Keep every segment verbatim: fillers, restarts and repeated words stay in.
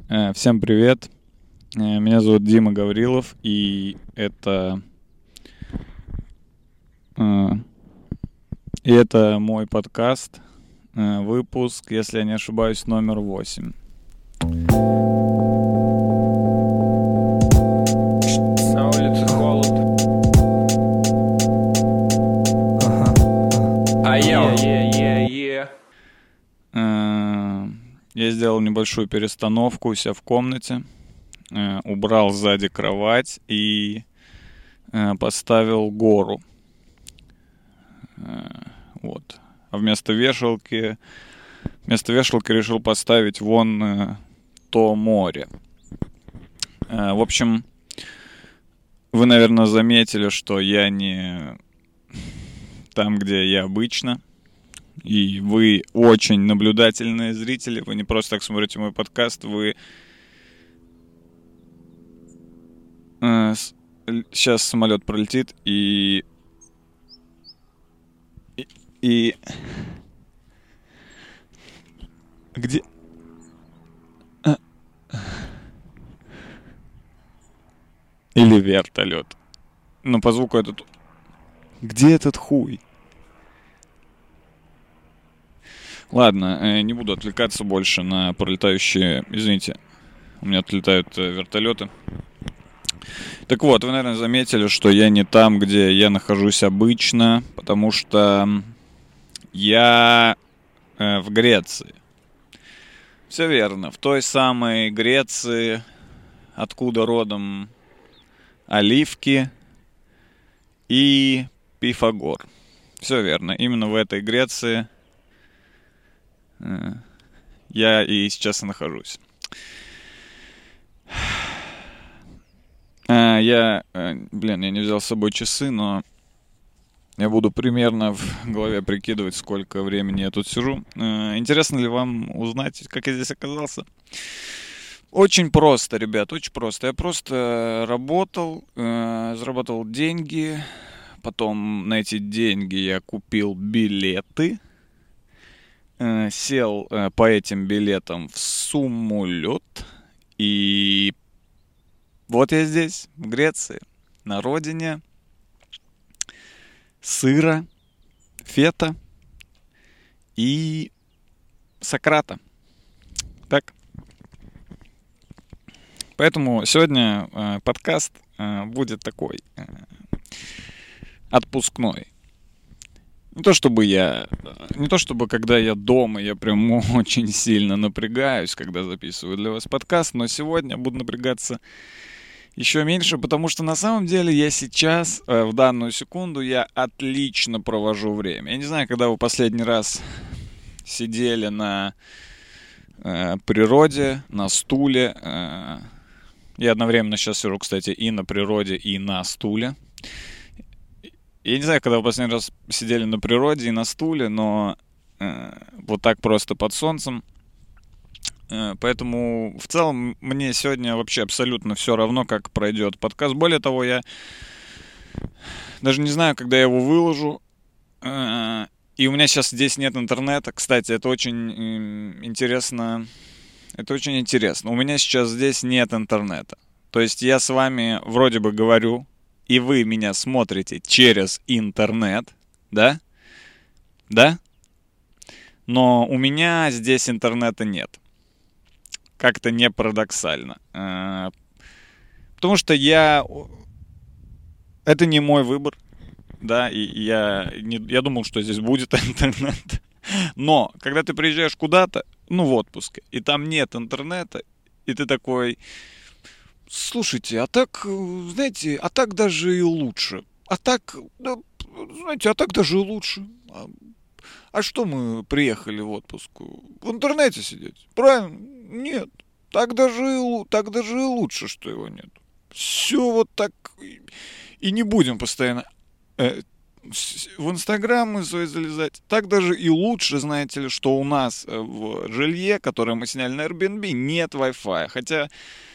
Э, Всем привет. Э, Меня зовут Дима Гаврилов, и это э, и это мой подкаст, э, выпуск, если я не ошибаюсь, номер восемь. На улице холод. А я е Э, Я сделал небольшую перестановку у себя в комнате, э, убрал сзади кровать и э, поставил гору. Э, Вот. А вместо вешалки, вместо вешалки решил поставить вон э, то море. Э, В общем, вы, наверное, заметили, что я не там, где я обычно. И вы очень наблюдательные зрители. Вы не просто так смотрите мой подкаст, вы э, с- л- сейчас самолет пролетит и и, и- где а, или вертолет. Но по звуку этот. Где этот хуй? Ладно, э, не буду отвлекаться больше на пролетающие. Извините, у меня отлетают э, вертолеты. Так вот, вы, наверное, заметили, что я не там, где я нахожусь обычно, потому что я э, в Греции. Все верно, в той самой Греции, откуда родом оливки и Пифагор. Все верно, именно в этой Греции э, я и сейчас и нахожусь. Э, я, э, блин, я не взял с собой часы, но я буду примерно в голове прикидывать, сколько времени я тут сижу. Э, Интересно ли вам узнать, как я здесь оказался? Очень просто, ребят, очень просто. Я просто работал, э, зарабатывал деньги, потом на эти деньги я купил билеты, э, сел э, по этим билетам в самолет, и вот я здесь, в Греции, на родине сыра, фета и Сократа. Так? Поэтому сегодня э, подкаст э, будет такой э, отпускной. Не то чтобы я, э, не то чтобы когда я дома, я прям очень сильно напрягаюсь, когда записываю для вас подкаст, но сегодня буду напрягаться еще меньше, потому что на самом деле я сейчас, э, в данную секунду, я отлично провожу время. Я не знаю, когда вы последний раз сидели на э, природе, на стуле. Э, я одновременно сейчас сижу, кстати, и на природе, и на стуле. Я не знаю, когда вы последний раз сидели на природе и на стуле, но э, вот так просто под солнцем. Э, поэтому в целом мне сегодня вообще абсолютно все равно, как пройдет подкаст. Более того, я даже не знаю, когда я его выложу. Э, и у меня сейчас здесь нет интернета. Кстати, это очень м, интересно. Это очень интересно. У меня сейчас здесь нет интернета. То есть я с вами вроде бы говорю, и вы меня смотрите через интернет, да? Да? Но у меня здесь интернета нет. Как-то не парадоксально. Э, Потому что я... Это не мой выбор, да, и я, не... я думал, что здесь будет интернет. Но, когда ты приезжаешь куда-то, ну, в отпуске, и там нет интернета, и ты такой... Слушайте, а так, э, знаете, а так даже и лучше. А так, да, знаете, а так даже и лучше. А, а что мы приехали в отпуск? В интернете сидеть? Правильно? Нет. Так даже и, лу- так даже и лучше, что его нет. Все вот так. И и не будем постоянно э, с- в Инстаграм мы свой залезать. Так даже и лучше, знаете ли, что у нас э, в жилье, которое мы сняли на Airbnb, нет Wi-Fi. Хотя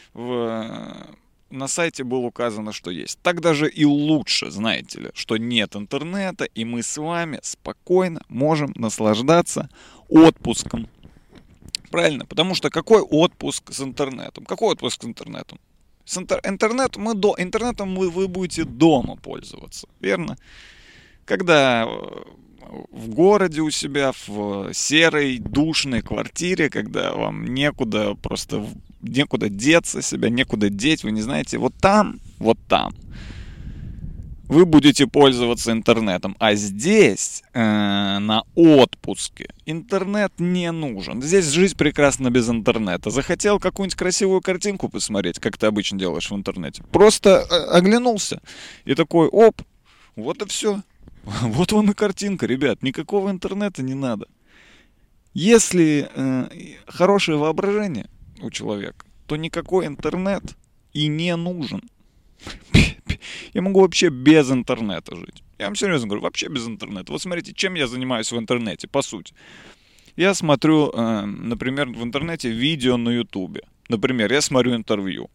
в, на сайте было указано, что есть. Так даже и лучше, знаете ли, что нет интернета, и мы с вами спокойно можем наслаждаться отпуском. Правильно? Потому что какой отпуск с интернетом? Какой отпуск с интернетом? С интер- интернет мы до, интернетом вы, вы будете дома пользоваться, верно? Когда в городе у себя, в серой, душной квартире, когда вам некуда просто, некуда деться себя, некуда деть, вы не знаете, вот там, вот там вы будете пользоваться интернетом. А здесь, э, на отпуске, интернет не нужен. Здесь жизнь прекрасна без интернета. Захотел какую-нибудь красивую картинку посмотреть, как ты обычно делаешь в интернете. Просто оглянулся и такой, оп, вот и все. Вот вам и картинка, ребят. Никакого интернета не надо. Если э, хорошее воображение у человека, то никакой интернет и не нужен. Я могу вообще без интернета жить. Я вам серьезно говорю, вообще без интернета. Вот смотрите, чем я занимаюсь в интернете, по сути. Я смотрю, э, например, в интернете видео на ютубе. Например, я смотрю интервью.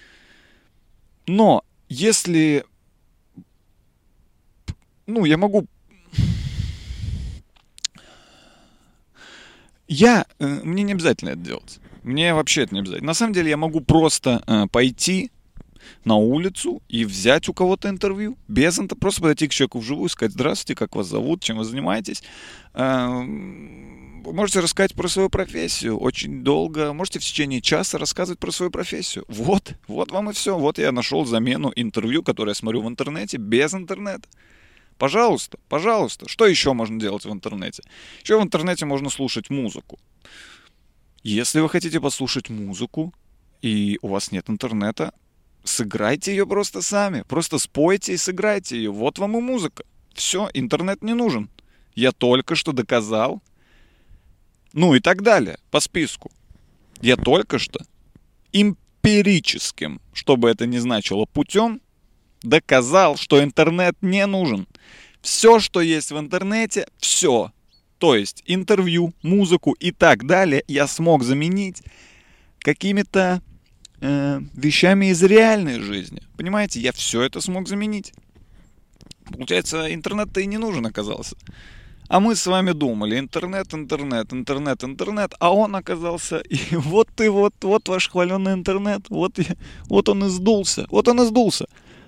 Но если... Ну, я могу... Я... Э, мне не обязательно это делать. Мне вообще это не обязательно. На самом деле я могу просто э, пойти на улицу и взять у кого-то интервью. Без интервью. Просто подойти к человеку вживую, сказать: здравствуйте, как вас зовут, чем вы занимаетесь. Вы можете рассказать про свою профессию очень долго. Можете в течение часа рассказывать про свою профессию. Вот, вот вам и все. Вот я нашел замену интервью, которое я смотрю в интернете, без интернета. Пожалуйста, пожалуйста. Что еще можно делать в интернете? Еще в интернете можно слушать музыку. Если вы хотите послушать музыку, и у вас нет интернета, сыграйте ее просто сами. Просто спойте и сыграйте ее. Вот вам и музыка. Все, интернет не нужен. Я только что доказал. Ну и так далее, по списку. Я только что эмпирическим, что бы это ни значило, путем доказал, что интернет не нужен. Все, что есть в интернете, все. То есть интервью, музыку и так далее я смог заменить какими-то э, вещами из реальной жизни. Понимаете, я все это смог заменить. Получается, интернет-то и не нужен оказался. А мы с вами думали: интернет, интернет, интернет, интернет, а он оказался, и вот и вот, вот ваш хваленый интернет, вот, вот он и сдулся, вот он и сдулся.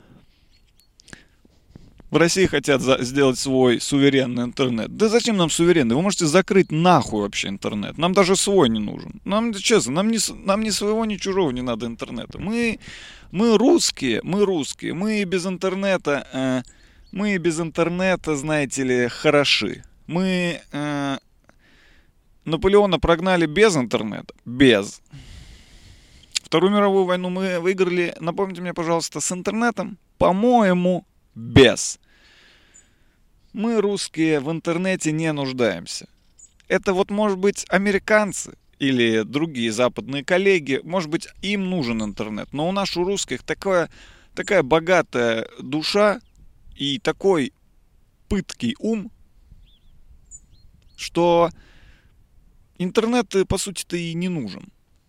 В России хотят за- сделать свой суверенный интернет. Да зачем нам суверенный? Вы можете закрыть нахуй вообще интернет. Нам даже свой не нужен. Нам, честно, нам ни, нам ни своего, ни чужого не надо интернета. Мы, мы русские, мы русские, мы без интернета, э, мы без интернета, знаете ли, хороши. Мы э, Наполеона прогнали без интернета. Без. Вторую мировую войну мы выиграли, напомните мне, пожалуйста, с интернетом? По-моему, без. Мы, русские, в интернете не нуждаемся. Это вот, может быть, американцы или другие западные коллеги, может быть, им нужен интернет. Но у нас, у русских, такая, такая богатая душа и такой пыткий ум, что интернет, по сути-то, и не нужен.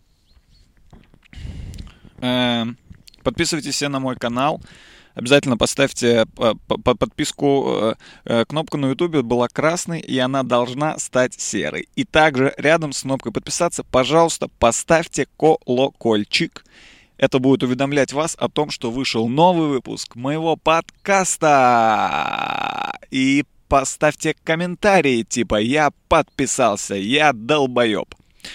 Подписывайтесь все на мой канал. Обязательно поставьте подписку. Кнопка на ютубе была красной, и она должна стать серой. И также рядом с кнопкой подписаться, пожалуйста, поставьте колокольчик. Это будет уведомлять вас о том, что вышел новый выпуск моего подкаста. И поставьте комментарии типа: я подписался, я долбоеб.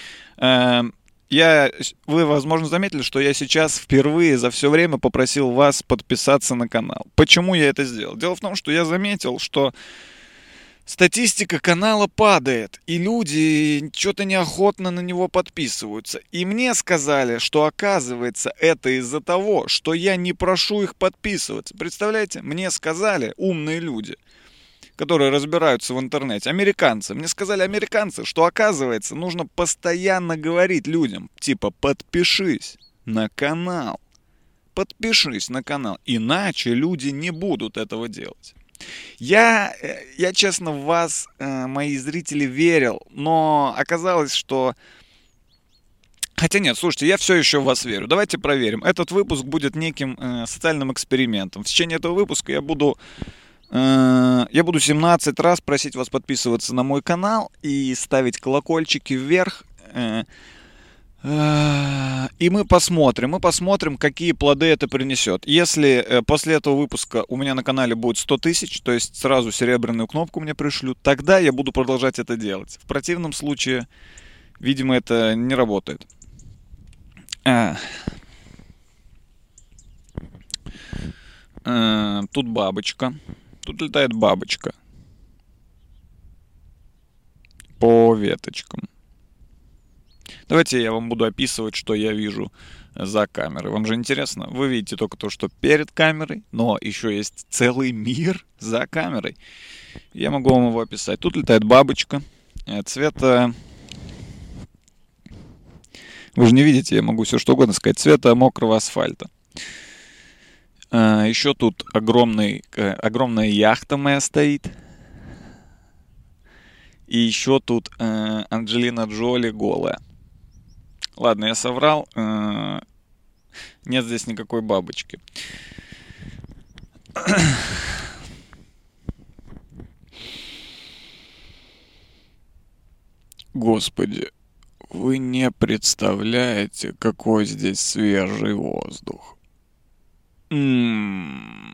Я, вы, возможно, заметили, что я сейчас впервые за все время попросил вас подписаться на канал. Почему я это сделал? Дело в том, что я заметил, что статистика канала падает, и люди что-то неохотно на него подписываются. И мне сказали, что, оказывается, это из-за того, что я не прошу их подписываться. Представляете? Мне сказали умные люди, которые разбираются в интернете, американцы. Мне сказали американцы, что, оказывается, нужно постоянно говорить людям, типа: подпишись на канал, подпишись на канал, иначе люди не будут этого делать. Я, я честно, в вас, мои зрители, верил, но оказалось, что... Хотя нет, слушайте, я все еще в вас верю. Давайте проверим. Этот выпуск будет неким э, социальным экспериментом. В течение этого выпуска я буду... Я буду семнадцать раз просить вас подписываться на мой канал и ставить колокольчики вверх, И мы посмотрим, мы посмотрим, какие плоды это принесет. Если после этого выпуска у меня на канале будет сто тысяч, то есть сразу серебряную кнопку мне пришлют, тогда я буду продолжать это делать. В противном случае, видимо, это не работает. А. А, тут бабочка. Тут летает бабочка. По веточкам. Давайте я вам буду описывать, что я вижу за камерой. Вам же интересно? Вы видите только то, что перед камерой, но еще есть целый мир за камерой. Я могу вам его описать. Тут летает бабочка цвета... Вы же не видите, я могу все что угодно сказать. Цвета мокрого асфальта. Еще тут огромный, огромная яхта моя стоит. И еще тут Анджелина Джоли голая. Ладно, я соврал. Нет здесь никакой бабочки. Господи, вы не представляете, какой здесь свежий воздух. М-м-м.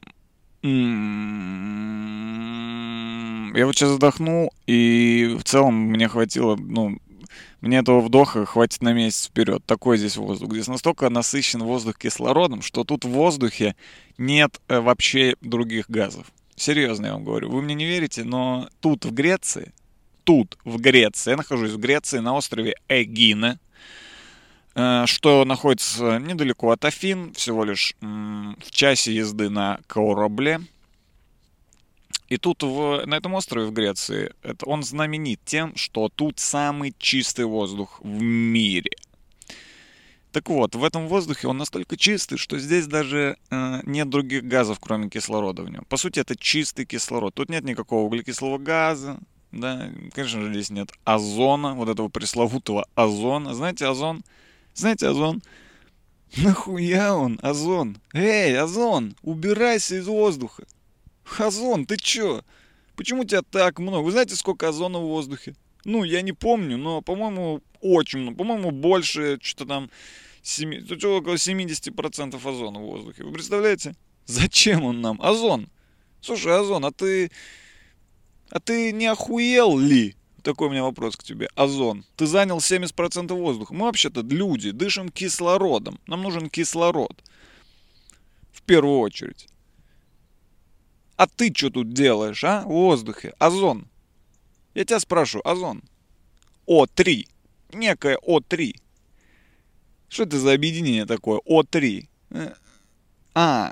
М-м-м. Я вот сейчас вдохнул, и в целом мне хватило, ну, мне этого вдоха хватит на месяц вперед. Такой здесь воздух. Здесь настолько насыщен воздух кислородом, что тут в воздухе нет э, вообще других газов. Серьезно я вам говорю. Вы мне не верите, но тут в Греции, тут в Греции, я нахожусь в Греции на острове Эгина, э, что находится недалеко от Афин, всего лишь э, в часе езды на корабле. И тут в, на этом острове в Греции это, он знаменит тем, что тут самый чистый воздух в мире. Так вот, в этом воздухе он настолько чистый, что здесь даже э, нет других газов, кроме кислорода в нем. По сути, это чистый кислород. Тут нет никакого углекислого газа, да, конечно же, здесь нет озона, вот этого пресловутого озона. Знаете, озон? Знаете, озон? Нахуя он, озон? Эй, озон, убирайся из воздуха. Озон, ты чё? Почему тебя так много? Вы знаете, сколько озона в воздухе? Ну, я не помню, но, по-моему, очень много. По-моему, больше, что-то там, семи, около семьдесят процентов озона в воздухе. Вы представляете? Зачем он нам? Озон. Слушай, Озон, а ты... А ты не охуел ли? Такой у меня вопрос к тебе. Озон, ты занял семьдесят процентов воздуха. Мы вообще-то люди, дышим кислородом. Нам нужен кислород. В первую очередь. А ты что тут делаешь, а? В воздухе. Озон. Я тебя спрашиваю, озон. О три. Некое О три. Что это за объединение такое? О три. А.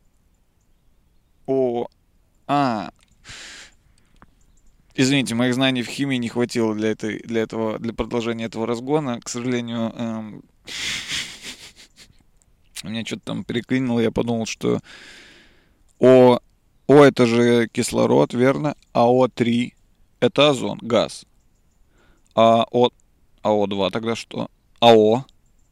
О. А. Извините, моих знаний в химии не хватило для, этой, для, этого, для продолжения этого разгона. К сожалению, эм... меня что-то там переклинило. Я подумал, что О... О это же кислород, верно? А О три это озон, газ. А О... А О два тогда что? АО.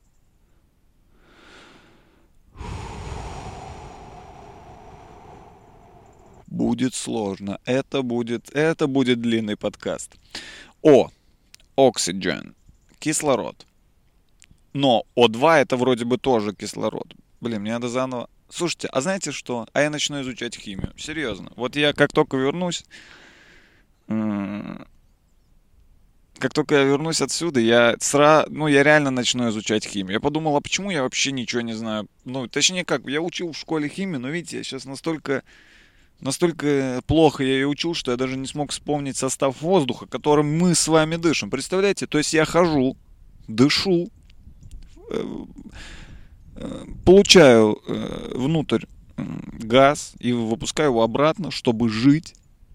Будет сложно. Это будет, это будет длинный подкаст. О. Oxygen. Кислород. Но О два это вроде бы тоже кислород. Блин, мне надо заново... Слушайте, а знаете что? А я начну изучать химию. Серьезно. Вот я как только вернусь... Как только я вернусь отсюда, я сразу... Ну, я реально начну изучать химию. Я подумал, а почему я вообще ничего не знаю? Ну, точнее как, я учил в школе химию, но видите, я сейчас настолько... Настолько плохо я ее учил, что я даже не смог вспомнить состав воздуха, которым мы с вами дышим. Представляете? То есть я хожу, дышу, получаю внутрь газ и выпускаю его обратно, чтобы жить.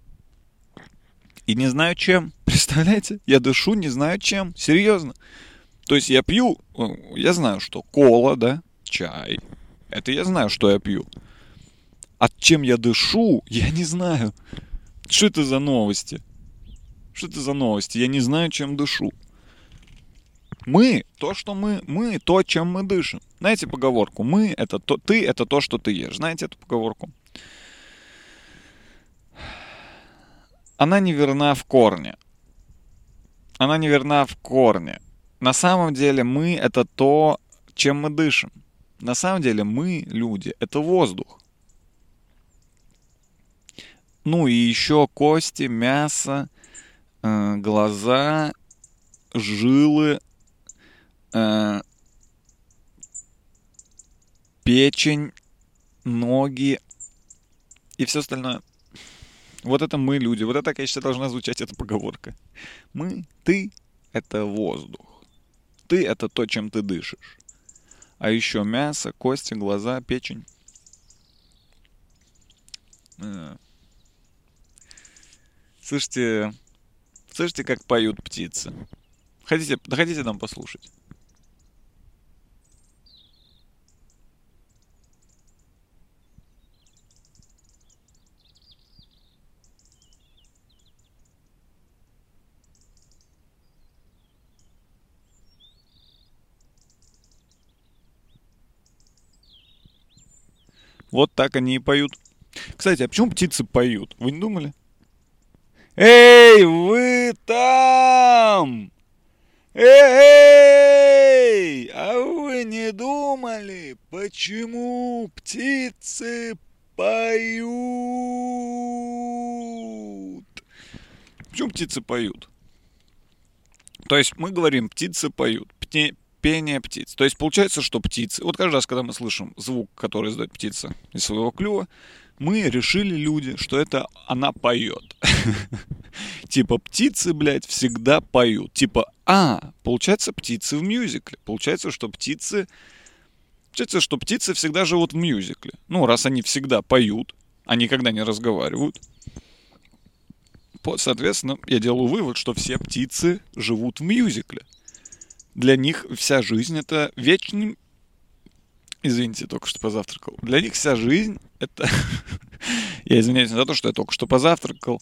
И не знаю чем. Представляете? Я дышу, не знаю чем. Серьезно. То есть я пью, я знаю, что кола, да, чай. Это я знаю, что я пью. А чем я дышу, я не знаю. Что это за новости? Что это за новости? Я не знаю, чем дышу. Мы, то, что мы, мы, то, чем мы дышим. Знаете поговорку? Мы, это то, ты, это то, что ты ешь. Знаете эту поговорку? Она неверна в корне. Она неверна в корне. на самом деле мы — это то, чем мы дышим. На самом деле мы, люди, это воздух. Ну и еще кости, мясо, э, глаза, жилы, э, печень, ноги и все остальное. Вот это мы, люди. Вот это, конечно, должна звучать эта поговорка. Мы, ты — это воздух. Ты — это то, чем ты дышишь. А еще мясо, кости, глаза, печень. Э. Слышите, слышите, как поют птицы? Хотите, хотите нам послушать? Вот так они и поют. Кстати, а почему птицы поют? Вы не думали? Эй, вы там! Эй, а вы не думали, почему птицы поют? Почему птицы поют? То есть мы говорим, птицы поют, пте- пение птиц. То есть получается, что птицы... Вот каждый раз, когда мы слышим звук, который издает птица из своего клюва, мы решили, люди, что это она поет. Типа птицы, блядь, всегда поют. Типа, а, получается, птицы в мюзикле. Получается, что птицы... Получается, что птицы всегда живут в мюзикле. Ну, раз они всегда поют, а никогда не разговаривают. Соответственно, я делаю вывод, что все птицы живут в мюзикле. Для них вся жизнь — это вечный... Извините, только что позавтракал. Для них вся жизнь — это... Я извиняюсь за то, что я только что позавтракал.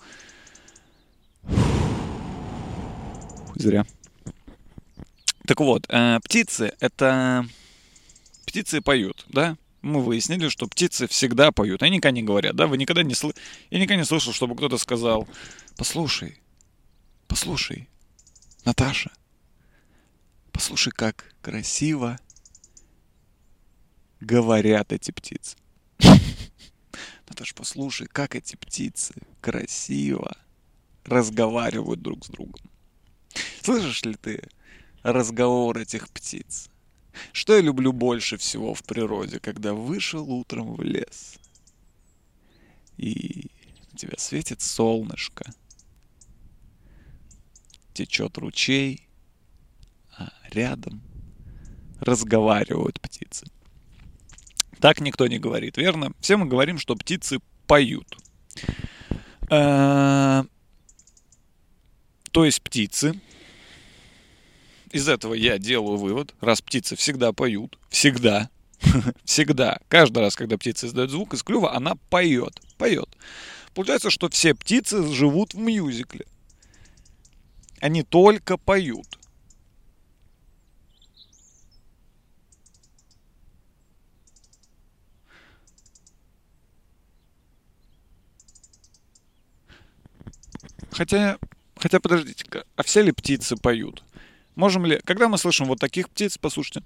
Зря. Так вот, э, птицы — это... Птицы поют, да? Мы выяснили, что птицы всегда поют. Они никогда не говорят, да? Вы никогда не слышали... Я никогда не слышал, чтобы кто-то сказал: послушай, послушай, Наташа, послушай, как красиво говорят эти птицы. Наташа, послушай, как эти птицы красиво разговаривают друг с другом. Слышишь ли ты разговор этих птиц? Что я люблю больше всего в природе, когда вышел утром в лес, и на тебя светит солнышко, течет ручей, а рядом разговаривают птицы. Так никто не говорит, верно? Все мы говорим, что птицы поют. То есть птицы... Из этого я делаю вывод, раз птицы всегда поют, всегда, всегда, каждый раз, когда птица издает звук из клюва, она поет, поет. Получается, что все птицы живут в мюзикле. Они только поют. Хотя, хотя подождите-ка, а все ли птицы поют? Можем ли... Когда мы слышим вот таких птиц, послушайте.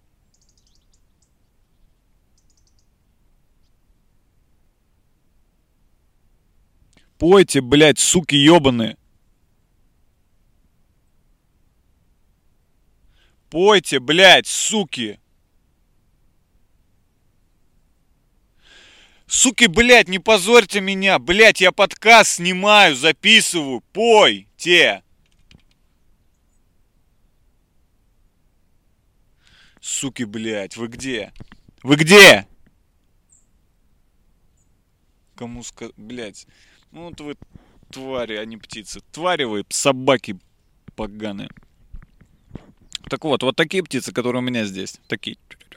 Пойте, блядь, суки ебаные. Пойте, блядь, суки. Суки, блядь, не позорьте меня. Блядь, я подкаст снимаю, записываю. Пойте. Суки, блядь, вы где? Вы где? Кому сказать, блядь. Ну вот вы твари, а не птицы. Твари вы, собаки поганые. Так вот, вот такие птицы, которые у меня здесь. Такие.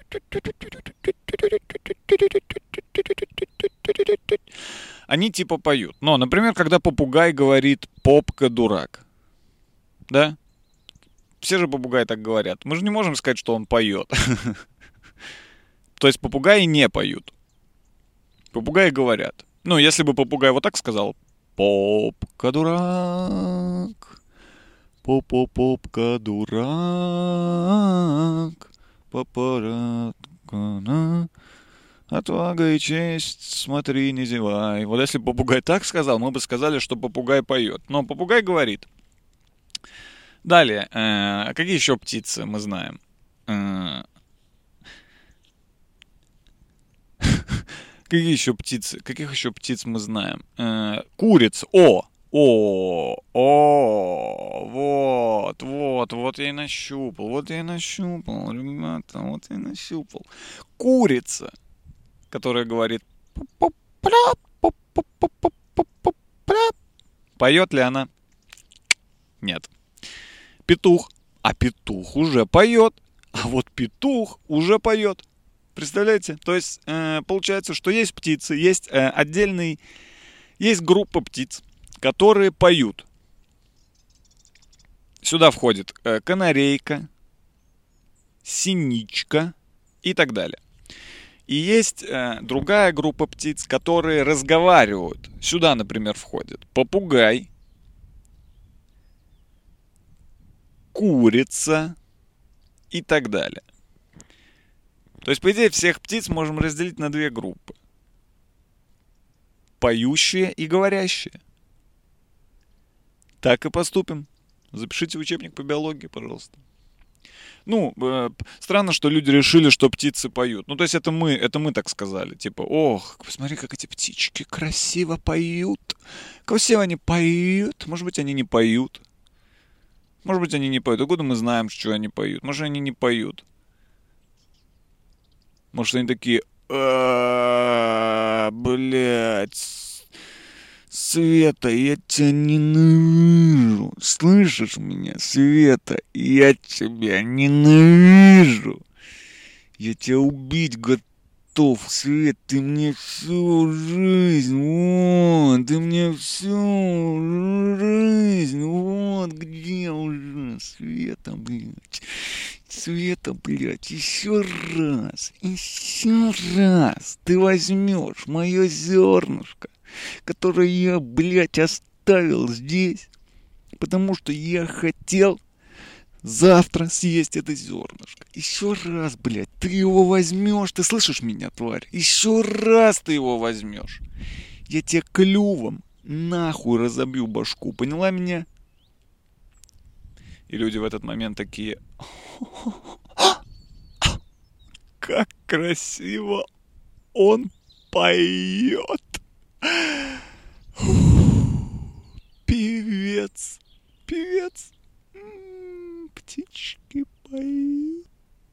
Они типа поют. Но, например, когда попугай говорит «попка дурак». Да? Все же попугаи так говорят. Мы же не можем сказать, что он поет. То есть попугаи не поют. Попугаи говорят. Ну, если бы попугай вот так сказал: попка дурак, Попа-попка дурак, папараткана, отвага и честь, смотри, не зевай. Вот если бы попугай так сказал, мы бы сказали, что попугай поет. Но попугай говорит. Далее, э, какие еще птицы мы знаем? Э, какие еще птицы? Каких еще птиц мы знаем? Э, курица. О! О! О! Вот, вот, вот я и нащупал. Вот я и нащупал, ребята, вот я и нащупал. Курица, которая говорит... Поет ли она? Нет. Петух. А петух уже поет. А вот петух уже поет. Представляете? То есть э, получается, что есть птицы, есть э, отдельный, есть группа птиц, которые поют. Сюда входит э, канарейка, синичка и так далее. И есть э, другая группа птиц, которые разговаривают. Сюда, например, входит попугай, курица и так далее. То есть, по идее, всех птиц можем разделить на две группы. Поющие и говорящие. Так и поступим. Запишите в учебник по биологии, пожалуйста. Ну, э, странно, что люди решили, что птицы поют. Ну, то есть это мы, это мы так сказали. Типа, ох, посмотри, как эти птички красиво поют. Красиво они поют. Может быть, они не поют. Может быть, они не поют. Откуда мы знаем, что они поют? Может, они не поют. Может, они такие, а, блядь, Света, я тебя ненавижу. Слышишь меня, Света? Я тебя ненавижу. Я тебя убить готов, Свет. Ты мне всю жизнь, вот, ты мне всю жизнь, вот где уже, Света, блядь. Света, блядь, еще раз, еще раз ты возьмешь мое зернышко, которое я, блядь, оставил здесь, потому что я хотел завтра съесть это зернышко. Еще раз, блядь, ты его возьмешь, ты слышишь меня, тварь? Еще раз ты его возьмешь. Я тебе клювом нахуй разобью башку, поняла меня? И люди в этот момент такие... Как красиво он поет. Певец. Певец. М-м, птички поют.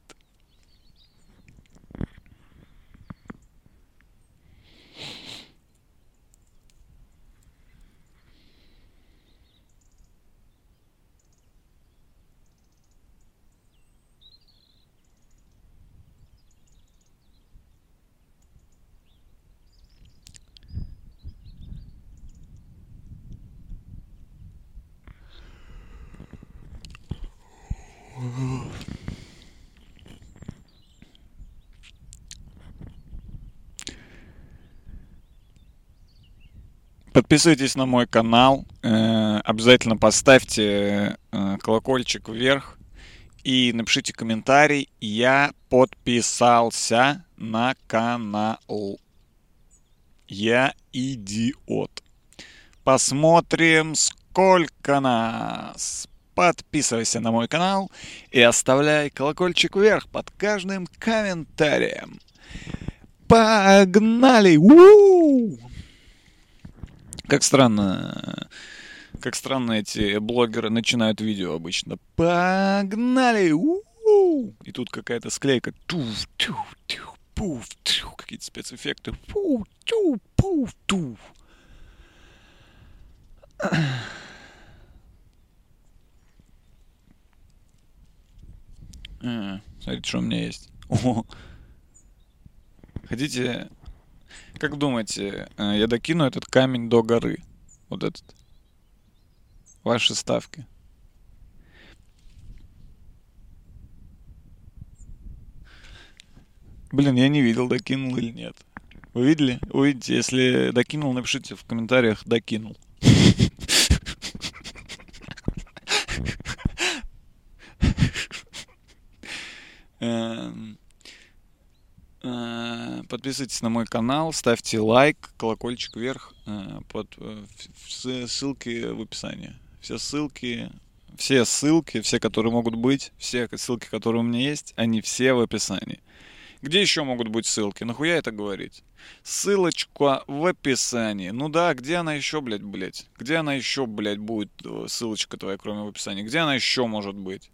Подписывайтесь на мой канал, э, обязательно поставьте э, колокольчик вверх и напишите комментарий. Я подписался на канал. Я идиот. Посмотрим, сколько нас. Подписывайся на мой канал и оставляй колокольчик вверх под каждым комментарием. Погнали! У-у-у! Как странно, как странно эти блогеры начинают видео обычно. Погнали! У-у-у! И тут какая-то склейка. Туф, туф, туф, пуф, туф, какие-то спецэффекты. Пуф, туф, пуф, туф. А, смотрите, что у меня есть. О. Хотите... Как думаете, я докину этот камень до горы? Вот этот. Ваши ставки. Блин, я не видел, докинул или нет. Вы видели? Увидите, если докинул, напишите в комментариях «докинул». Э, Подписывайтесь на мой канал, ставьте лайк, колокольчик вверх. э, Под э, в- все ссылки в описании. Все ссылки, все ссылки, все, которые могут быть, все ссылки, которые у меня есть, они все в описании. Где еще могут быть ссылки? Нахуя это говорить? Ссылочка в описании. Ну да, где она еще, блядь, блядь? Где она еще, блядь, будет, э, ссылочка твоя, кроме в описании? Где она еще может быть?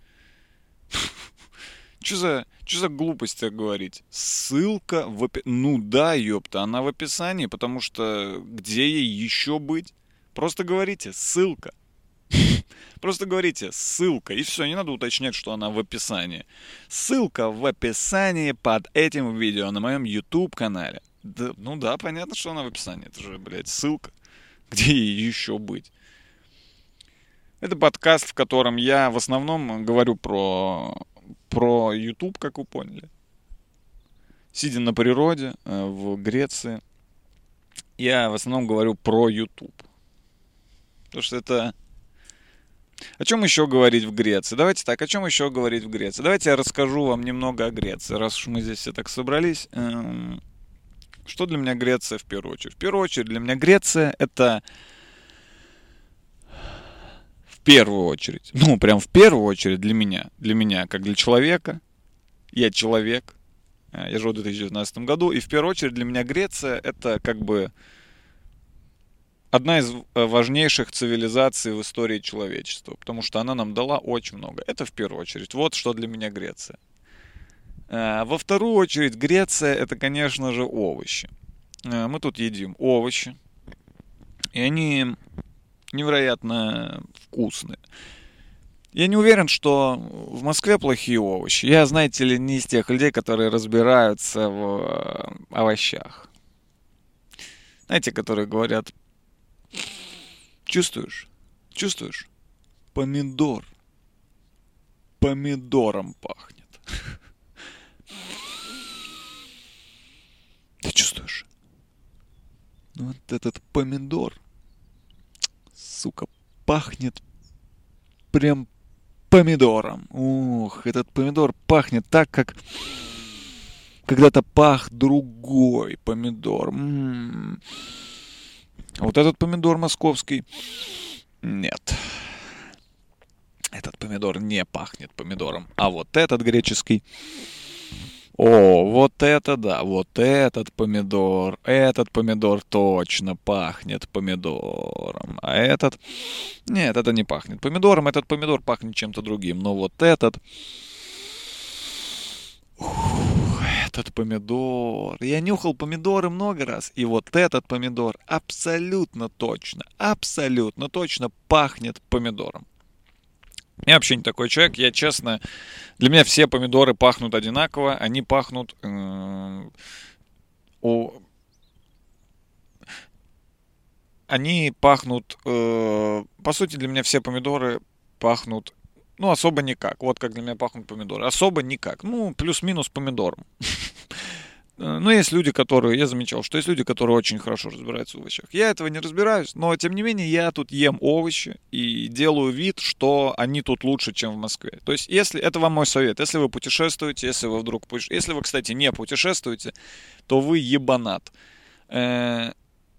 Че за, че за глупость так говорить? Ссылка в описании. Ну да, ёпта, она в описании, потому что где ей еще быть? Просто говорите «ссылка». Просто говорите «ссылка», и все, не надо уточнять, что она в описании. Ссылка в описании под этим видео на моем YouTube-канале. Да, ну да, понятно, что она в описании. Это же, блядь, ссылка. Где ей еще быть? Это подкаст, в котором я в основном говорю про, про YouTube, как вы поняли. Сидя на природе, э, в Греции, я в основном говорю про YouTube. Потому что это... О чем еще говорить в Греции? Давайте так, о чем еще говорить в Греции? Давайте я расскажу вам немного о Греции, раз уж мы здесь все так собрались. Эм, Что для меня Греция в первую очередь? В первую очередь для меня Греция это... В первую очередь, ну прям в первую очередь для меня, для меня, как для человека, я человек, э, я живу в две тысячи девятнадцатом году, и в первую очередь для меня Греция это как бы одна из э, важнейших цивилизаций в истории человечества, потому что она нам дала очень много. Это в первую очередь. Вот что для меня Греция. Э, Во вторую очередь Греция это, конечно же, овощи. Э, Мы тут едим овощи, и они невероятно вкусные. Я не уверен, что в Москве плохие овощи. Я, знаете ли, не из тех людей, которые разбираются в э, овощах. Знаете, которые говорят, чувствуешь, чувствуешь, помидор, помидором пахнет. Ты чувствуешь? Ну, вот этот помидор, сука, пахнет прям помидором. Ух, этот помидор пахнет так, как когда-то пах другой помидор. М-м. А вот этот помидор московский, нет. Этот помидор не пахнет помидором. А вот этот греческий, о, вот это да, вот этот помидор, этот помидор точно пахнет помидором. А этот, нет, это не пахнет помидором, этот помидор пахнет чем-то другим. Но вот этот, ух, этот помидор. Я нюхал помидоры много раз, и вот этот помидор абсолютно точно, абсолютно точно пахнет помидором. Я вообще не такой человек, я честно, для меня все помидоры пахнут одинаково, они пахнут, э, о, они пахнут, э, по сути для меня все помидоры пахнут, ну особо никак, вот как для меня пахнут помидоры, особо никак, ну плюс-минус помидором. Но есть люди, которые, я замечал, что есть люди, которые очень хорошо разбираются в овощах. Я этого не разбираюсь, но тем не менее я тут ем овощи и делаю вид, что они тут лучше, чем в Москве. То есть, если это вам мой совет, если вы путешествуете, если вы вдруг путешествуете, если вы, кстати, не путешествуете, то вы ебанат. Э,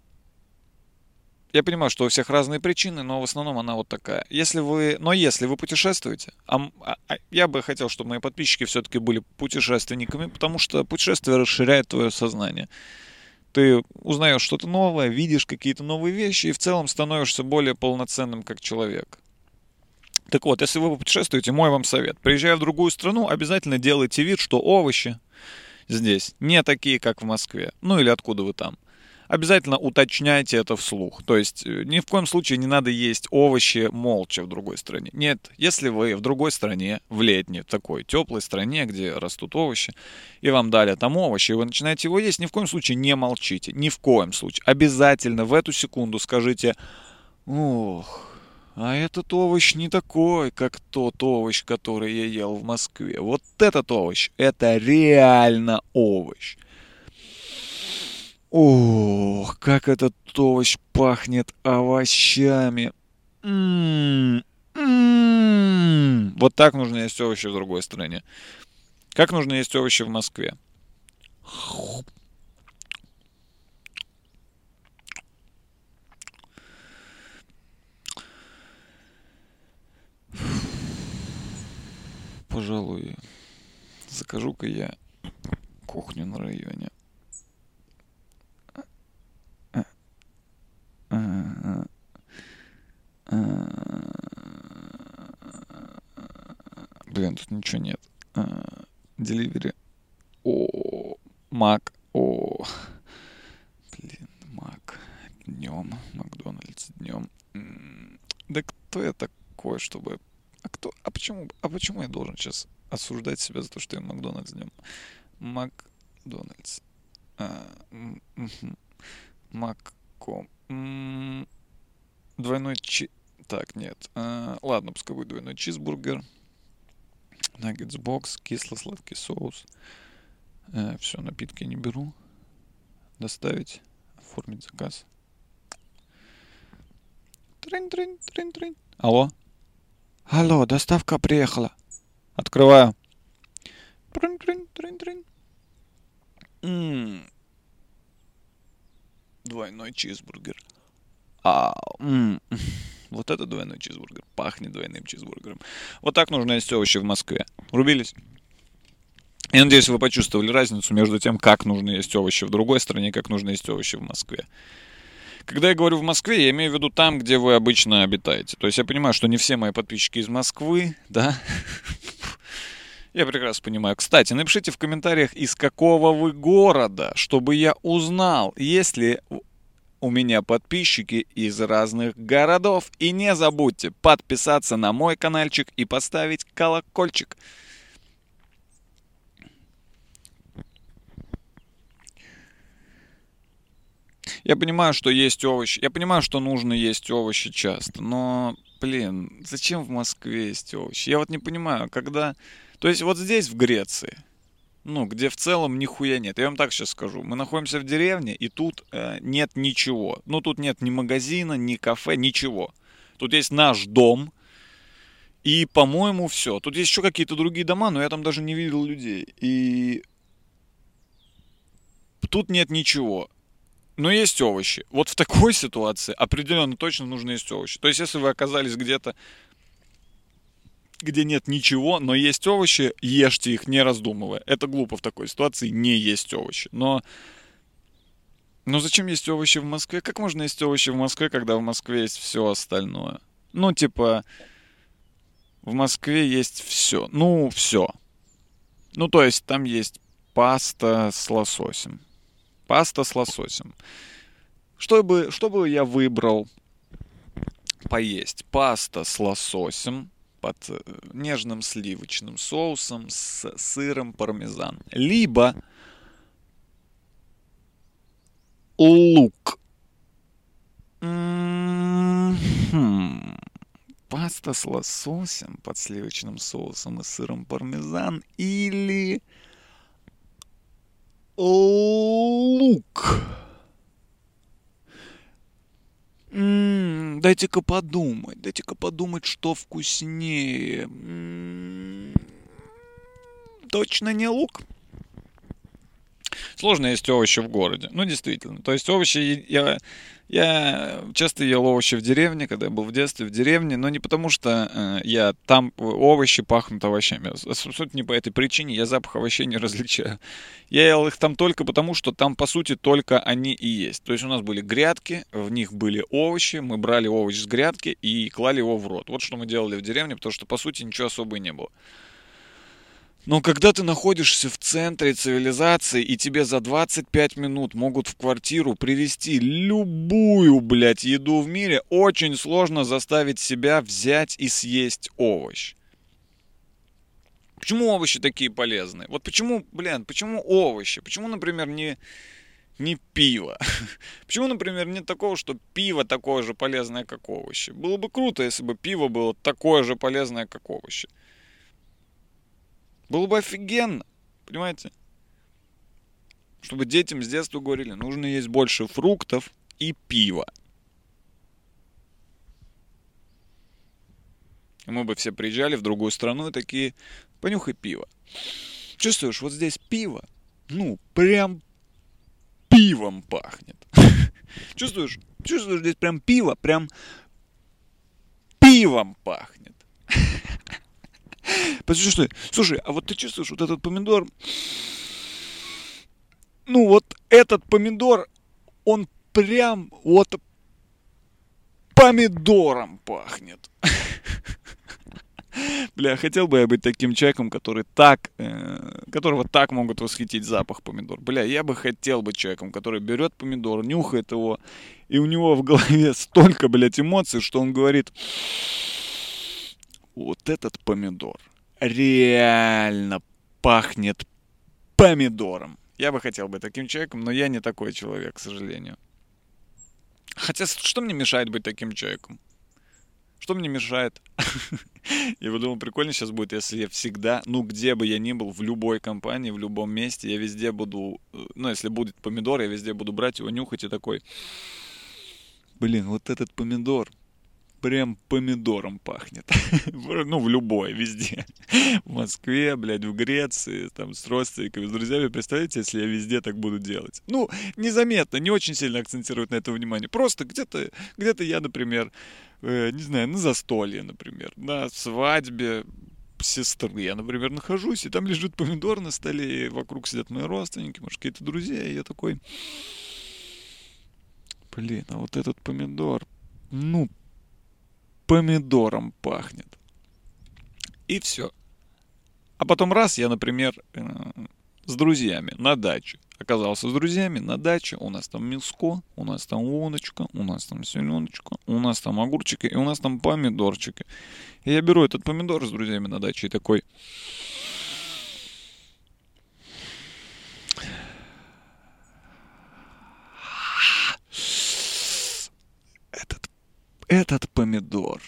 Я понимаю, что у всех разные причины, но в основном она вот такая. Если вы, но если вы путешествуете, а, м- а- а я бы хотел, чтобы мои подписчики все-таки были путешественниками, потому что путешествие расширяет твое сознание. Ты узнаешь что-то новое, видишь какие-то новые вещи и в целом становишься более полноценным как человек. Так вот, если вы путешествуете, мой вам совет. Приезжая в другую страну, обязательно делайте вид, что овощи здесь не такие, как в Москве. Ну или откуда вы там. Обязательно уточняйте это вслух. То есть э, ни в коем случае не надо есть овощи молча в другой стране. Нет, если вы в другой стране, в летней, в такой теплой стране, где растут овощи, и вам дали там овощи, и вы начинаете его есть, ни в коем случае не молчите. Ни в коем случае. Обязательно в эту секунду скажите: ох, а этот овощ не такой, как тот овощ, который я ел в Москве. Вот этот овощ, это реально овощ. Ох, как этот овощ пахнет овощами. М, м. Вот так нужно есть овощи в другой стране. Как нужно есть овощи в Москве? Пожалуй, закажу-ка я кухню на районе. Блин, тут ничего нет. Деливери. О, Мак. О, блин, Мак. Днем. Макдональдс днем. Да кто я такой, чтобы... А кто... А почему... А почему я должен сейчас осуждать себя за то, что я Макдональдс днем? Макдональдс. А, Макком. Двойной чи... Так, нет. А, ладно, пускай будет двойной чизбургер. Наггетс бокс, кисло-сладкий соус. А, все, напитки не беру. Доставить. Оформить заказ. Трин-трин, трин-трин. Алло? Алло, доставка приехала. Открываю. Трин-трин, трин-трин. М-м. Двойной чизбургер. А, м-м. Вот это двойной чизбургер. Пахнет двойным чизбургером. Вот так нужно есть овощи в Москве. Рубились? Я надеюсь, вы почувствовали разницу между тем, как нужно есть овощи в другой стране и как нужно есть овощи в Москве. Когда я говорю в Москве, я имею в виду там, где вы обычно обитаете. То есть я понимаю, что не все мои подписчики из Москвы, да? Я прекрасно понимаю. Кстати, напишите в комментариях, из какого вы города, чтобы я узнал, есть ли у меня подписчики из разных городов. И не забудьте подписаться на мой каналчик и поставить колокольчик. Я понимаю, что есть овощи. Я понимаю, что нужно есть овощи часто. Но, блин, зачем в Москве есть овощи? Я вот не понимаю, когда... То есть вот здесь, в Греции, ну, где в целом нихуя нет. Я вам так сейчас скажу. Мы находимся в деревне, и тут э, нет ничего. Ну, тут нет ни магазина, ни кафе, ничего. Тут есть наш дом, и, по-моему, все. Тут есть еще какие-то другие дома, но я там даже не видел людей. И тут нет ничего. Но есть овощи. Вот в такой ситуации определенно точно нужно есть овощи. То есть, если вы оказались где-то, где нет ничего, но есть овощи, ешьте их, не раздумывая. Это глупо в такой ситуации не есть овощи. Но, но зачем есть овощи в Москве? Как можно есть овощи в Москве, когда в Москве есть все остальное? Ну, типа, в Москве есть все. Ну, все. Ну, то есть, там есть паста с лососем. Паста с лососем. Что бы, что бы я выбрал поесть? Паста с лососем под нежным сливочным соусом с сыром пармезан. Либо лук. М-м-м. Паста с лососем под сливочным соусом и сыром пармезан. Или лук. М-м, дайте-ка подумать, дайте-ка подумать, что вкуснее. М-м, точно не лук. Сложно есть овощи в городе. Ну, действительно. То есть овощи... Я, я часто ел овощи в деревне, когда я был в детстве в деревне, но не потому, что э, я там овощи пахнут овощами. Абсолютно не по этой причине. Я запах овощей не различаю. Я ел их там только потому, что там, по сути, только они и есть. То есть у нас были грядки, в них были овощи, мы брали овощ с грядки и клали его в рот. Вот что мы делали в деревне, потому что, по сути, ничего особо и не было. Но когда ты находишься в центре цивилизации, и тебе за двадцать пять минут могут в квартиру привезти любую, блядь, еду в мире, очень сложно заставить себя взять и съесть овощ. Почему овощи такие полезные? Вот почему, блин, почему овощи? Почему, например, не, не пиво? Почему, например, нет такого, что пиво такое же полезное, как овощи? Было бы круто, если бы пиво было такое же полезное, как овощи. Было бы офигенно, понимаете? Чтобы детям с детства говорили, нужно есть больше фруктов и пива. И мы бы все приезжали в другую страну и такие, понюхай пиво. Чувствуешь, вот здесь пиво, ну, прям пивом пахнет. Чувствуешь? Чувствуешь, здесь прям пиво, прям пивом пахнет. Послушай, слушай, а вот ты чувствуешь вот этот помидор? Ну, вот этот помидор, он прям вот помидором пахнет. Бля, хотел бы я быть таким человеком, который так, э, которого так могут восхитить запах помидор. Бля, я бы хотел быть человеком, который берет помидор, нюхает его, и у него в голове столько, блядь, эмоций, что он говорит: вот этот помидор реально пахнет помидором. Я бы хотел быть таким человеком, но я не такой человек, к сожалению. Хотя, что мне мешает быть таким человеком? Что мне мешает? Я подумал, прикольно сейчас будет, если я всегда, ну, где бы я ни был, в любой компании, в любом месте, я везде буду, ну, если будет помидор, я везде буду брать его, нюхать и такой: блин, вот этот помидор прям помидором пахнет. Ну, в любой, везде. В Москве, блядь, в Греции, там, с родственниками, с друзьями. Представляете, если я везде так буду делать? Ну, незаметно, не очень сильно акцентировать на это внимание. Просто где-то, где-то я, например, э, не знаю, на застолье, например, на свадьбе сестры я, например, нахожусь, и там лежит помидор на столе, и вокруг сидят мои родственники, может, какие-то друзья, и я такой: блин, а вот этот помидор, ну, помидором пахнет. И все. А потом раз, я, например, э, с друзьями на даче. Оказался с друзьями на даче. У нас там мяско, у нас там водочка, у нас там селеночка, у нас там огурчики, и у нас там помидорчики. И я беру этот помидор с друзьями на даче и такой: этот, этот помидор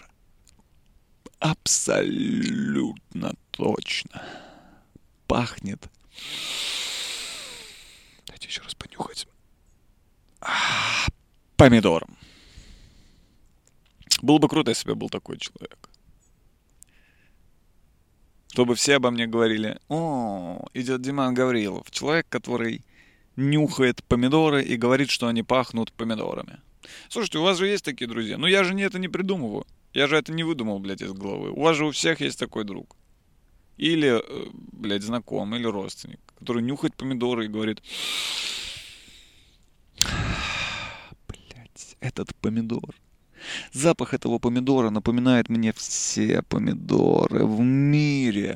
абсолютно точно пахнет. Дайте еще раз понюхать. А, помидором. Было бы круто, если бы я был такой человек. Чтобы все обо мне говорили: о, идет Диман Гаврилов. Человек, который нюхает помидоры и говорит, что они пахнут помидорами. Слушайте, у вас же есть такие друзья. Ну я же не это не придумываю. Я же это не выдумал, блядь, из головы. У вас же у всех есть такой друг. Или, блядь, знакомый, или родственник, который нюхает помидоры и говорит: блядь, этот помидор. Запах этого помидора напоминает мне все помидоры в мире.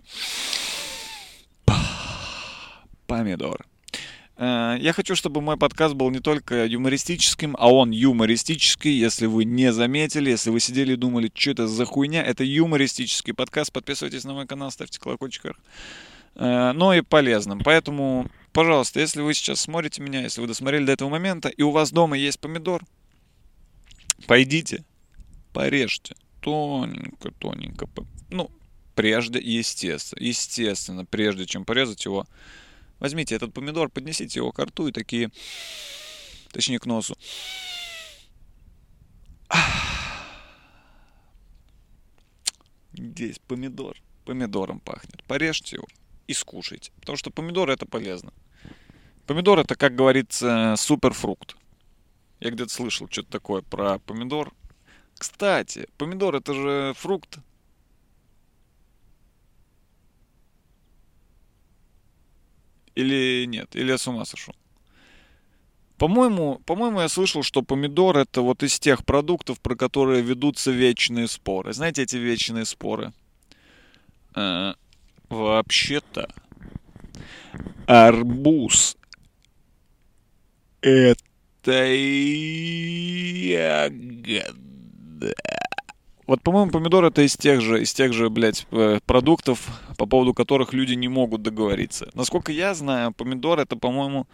Помидор. Я хочу, чтобы мой подкаст был не только юмористическим, а он юмористический. Если вы не заметили, если вы сидели и думали, что это за хуйня, это юмористический подкаст. Подписывайтесь на мой канал, ставьте колокольчик вверх. Но и полезным. Поэтому, пожалуйста, если вы сейчас смотрите меня, если вы досмотрели до этого момента, и у вас дома есть помидор, пойдите, порежьте тоненько, тоненько. Ну, прежде, естественно, естественно, прежде чем порезать его, возьмите этот помидор, поднесите его к рту и такие, точнее, к носу. Здесь помидор, помидором пахнет. Порежьте его и скушайте, потому что помидор — это полезно. Помидор — это, как говорится, суперфрукт. Я где-то слышал что-то такое про помидор. Кстати, помидор — это же фрукт. Или нет? Или я с ума сошел? По-моему, по-моему, я слышал, что помидор — это вот из тех продуктов, про которые ведутся вечные споры. Знаете эти вечные споры? А, вообще-то, арбуз — это ягода. Вот, по-моему, помидор — это из тех же, из тех же, блядь, продуктов, по поводу которых люди не могут договориться. Насколько я знаю, помидор — это, по-моему...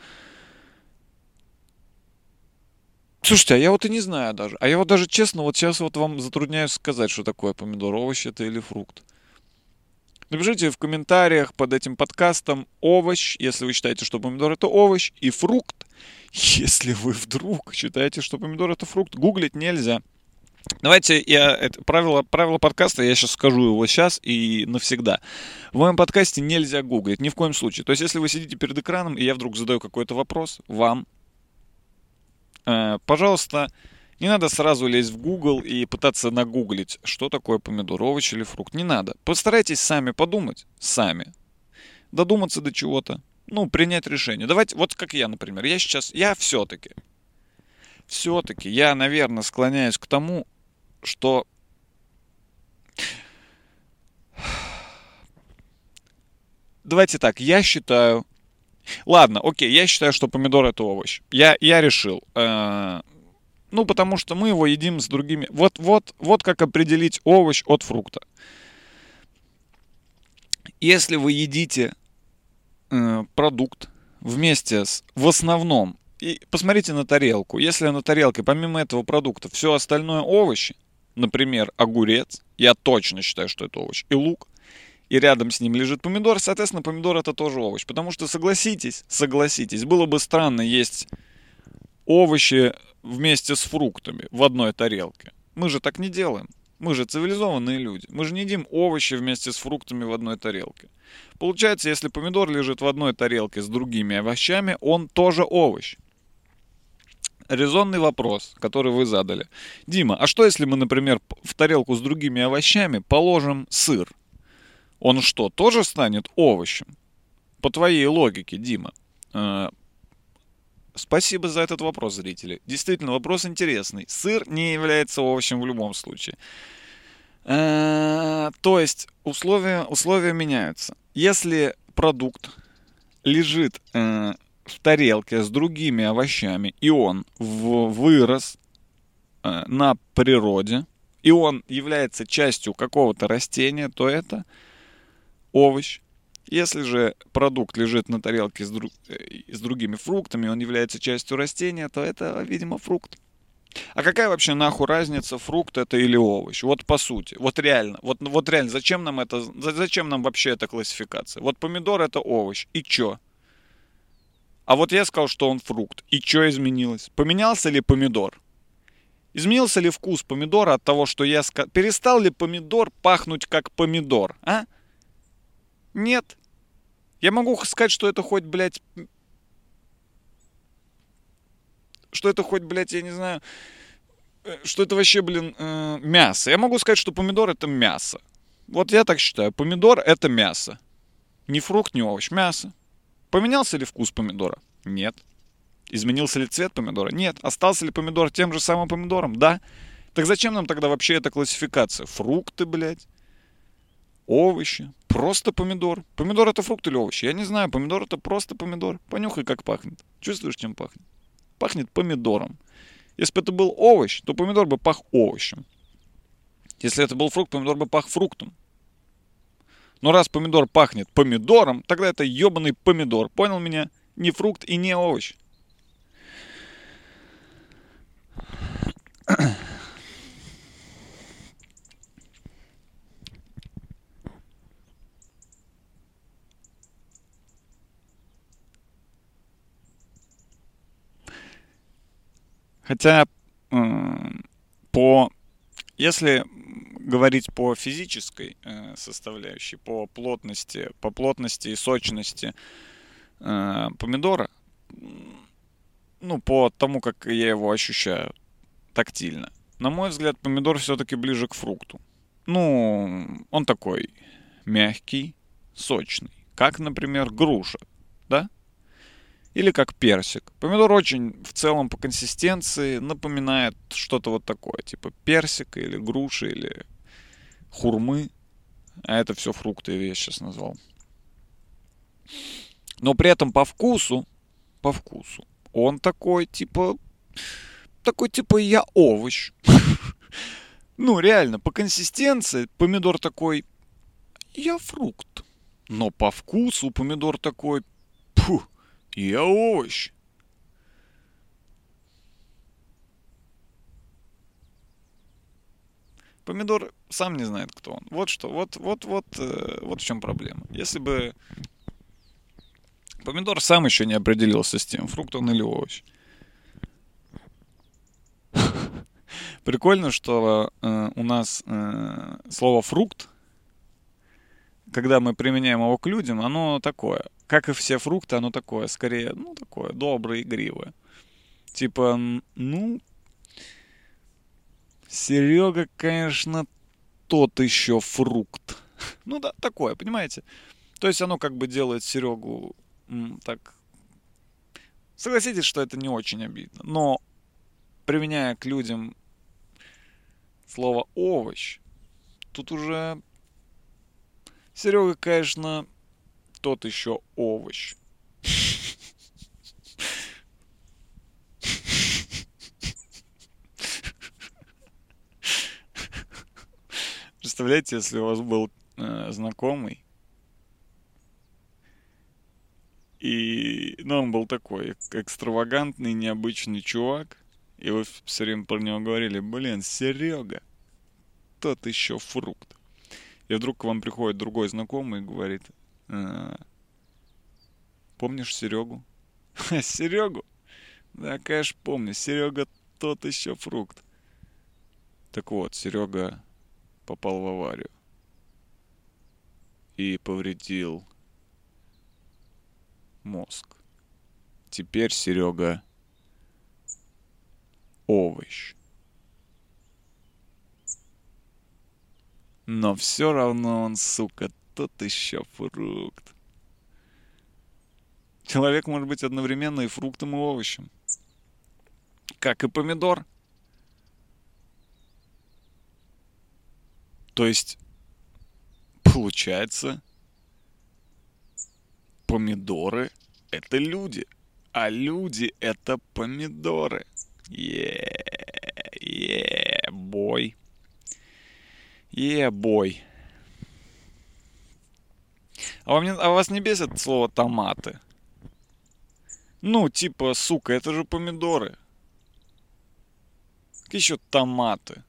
Слушайте, а я вот и не знаю даже. А я вот даже, честно, вот сейчас вот вам затрудняюсь сказать, что такое помидор. Овощ это или фрукт. Напишите в комментариях под этим подкастом овощ, если вы считаете, что помидор — это овощ, и фрукт, если вы вдруг считаете, что помидор — это фрукт. Гуглить нельзя. Давайте я это правило, правило подкаста, я сейчас скажу его сейчас и навсегда. В моем подкасте нельзя гуглить, ни в коем случае. То есть, если вы сидите перед экраном, и я вдруг задаю какой-то вопрос вам, э, пожалуйста, не надо сразу лезть в Google и пытаться нагуглить, что такое помидор, овощ или фрукт. Не надо. Постарайтесь сами подумать, сами. Додуматься до чего-то. Ну, принять решение. Давайте, вот как я, например. Я сейчас, я все-таки, все-таки, я, наверное, склоняюсь к тому, что давайте так, я считаю... Ладно, окей, я считаю, что помидор это овощ. Я, я решил. Э, ну, потому что мы его едим с другими... Вот, вот, вот как определить овощ от фрукта. Если вы едите э, продукт вместе с... В основном... И посмотрите на тарелку. Если на тарелке помимо этого продукта все остальное овощи, например, огурец, я точно считаю, что это овощ, и лук, и рядом с ним лежит помидор, соответственно, помидор это тоже овощ. Потому что, согласитесь, согласитесь, было бы странно есть овощи вместе с фруктами в одной тарелке. Мы же так не делаем. Мы же цивилизованные люди. Мы же не едим овощи вместе с фруктами в одной тарелке. Получается, если помидор лежит в одной тарелке с другими овощами, он тоже овощ. Резонный вопрос, который вы задали. Дима, а что если мы, например, в тарелку с другими овощами положим сыр? Он что, тоже станет овощем? По твоей логике, Дима. Э, спасибо за этот вопрос, зрители. Действительно, вопрос интересный. Сыр не является овощем в любом случае. Э, то есть условия, условия меняются. Если продукт лежит э, в тарелке с другими овощами, и он в, вырос э, на природе, и он является частью какого-то растения, то это овощ. Если же продукт лежит на тарелке с, друг, с другими фруктами, он является частью растения, то это, видимо, фрукт. А какая вообще нахуй разница, фрукт это или овощ? Вот по сути. Вот реально. Вот, вот реально, зачем нам это, зачем нам вообще эта классификация? Вот помидор это овощ. И чё? А вот я сказал, что он фрукт. И чё изменилось? Поменялся ли помидор? Изменился ли вкус помидора от того, что я сказал? Перестал ли помидор пахнуть как помидор? А? Нет. Я могу сказать, что это хоть, блядь... Что это хоть, блядь, я не знаю... Что это вообще, блин, э, мясо. Я могу сказать, что помидор это мясо. Вот я так считаю. Помидор это мясо. Ни фрукт, ни овощ. Мясо. Поменялся ли вкус помидора? Нет. Изменился ли цвет помидора? Нет. Остался ли помидор тем же самым помидором? Да. Так зачем нам тогда вообще эта классификация? Фрукты, блядь. Овощи. Просто помидор. Помидор это фрукт или овощи? Я не знаю. Помидор это просто помидор. Понюхай, как пахнет. Чувствуешь, чем пахнет? Пахнет помидором. Если бы это был овощ, то помидор бы пах овощем. Если это был фрукт, помидор бы пах фруктом. Но раз помидор пахнет помидором, тогда это ебаный помидор. Понял меня? Не фрукт и не овощ. Хотя э, по, если говорить по физической э, составляющей, по плотности, по плотности и сочности э, помидора, ну, по тому, как я его ощущаю тактильно, на мой взгляд, помидор все-таки ближе к фрукту. Ну, он такой мягкий, сочный, как, например, груша, да? Или как персик. Помидор очень в целом по консистенции напоминает что-то вот такое. Типа персика или груши или хурмы. А это все фрукты я сейчас назвал. Но при этом по вкусу, по вкусу, он такой типа, такой типа я овощ. Ну реально, по консистенции помидор такой, я фрукт. Но по вкусу помидор такой, пух. Я овощ. Помидор сам не знает, кто он. Вот что, вот, вот, вот, э, вот в чем проблема. Если бы помидор сам еще не определился с тем, фрукт он или овощ. Прикольно, что э, у нас э, слово «фрукт», когда мы применяем его к людям, оно такое. Как и все фрукты, оно такое, скорее, ну, такое доброе, игривое. Типа, м, ну, Серега, конечно, тот еще фрукт. Ну да, такое, понимаете? То есть оно как бы делает Серегу м, так... Согласитесь, что это не очень обидно. Но применяя к людям слово овощ, тут уже Серега, конечно, тот еще овощ. Представляете, если у вас был э, знакомый, и, ну, он был такой экстравагантный, необычный чувак, и вы все время про него говорили: блин, Серега, тот еще фрукт. И вдруг к вам приходит другой знакомый и говорит: «А, помнишь Серегу?» Серегу? Да, конечно, помню. Серега тот еще фрукт. Так вот, Серега попал в аварию и повредил мозг. Теперь Серега овощ. Но все равно он, сука, тот еще фрукт. Человек может быть одновременно и фруктом, и овощем. Как и помидор. То есть, получается, помидоры — это люди, а люди — это помидоры. Е-бой. Е-бой. А, вам не- а вас не бесит слово «томаты»? Ну, типа, сука, это же помидоры. Какие еще томаты?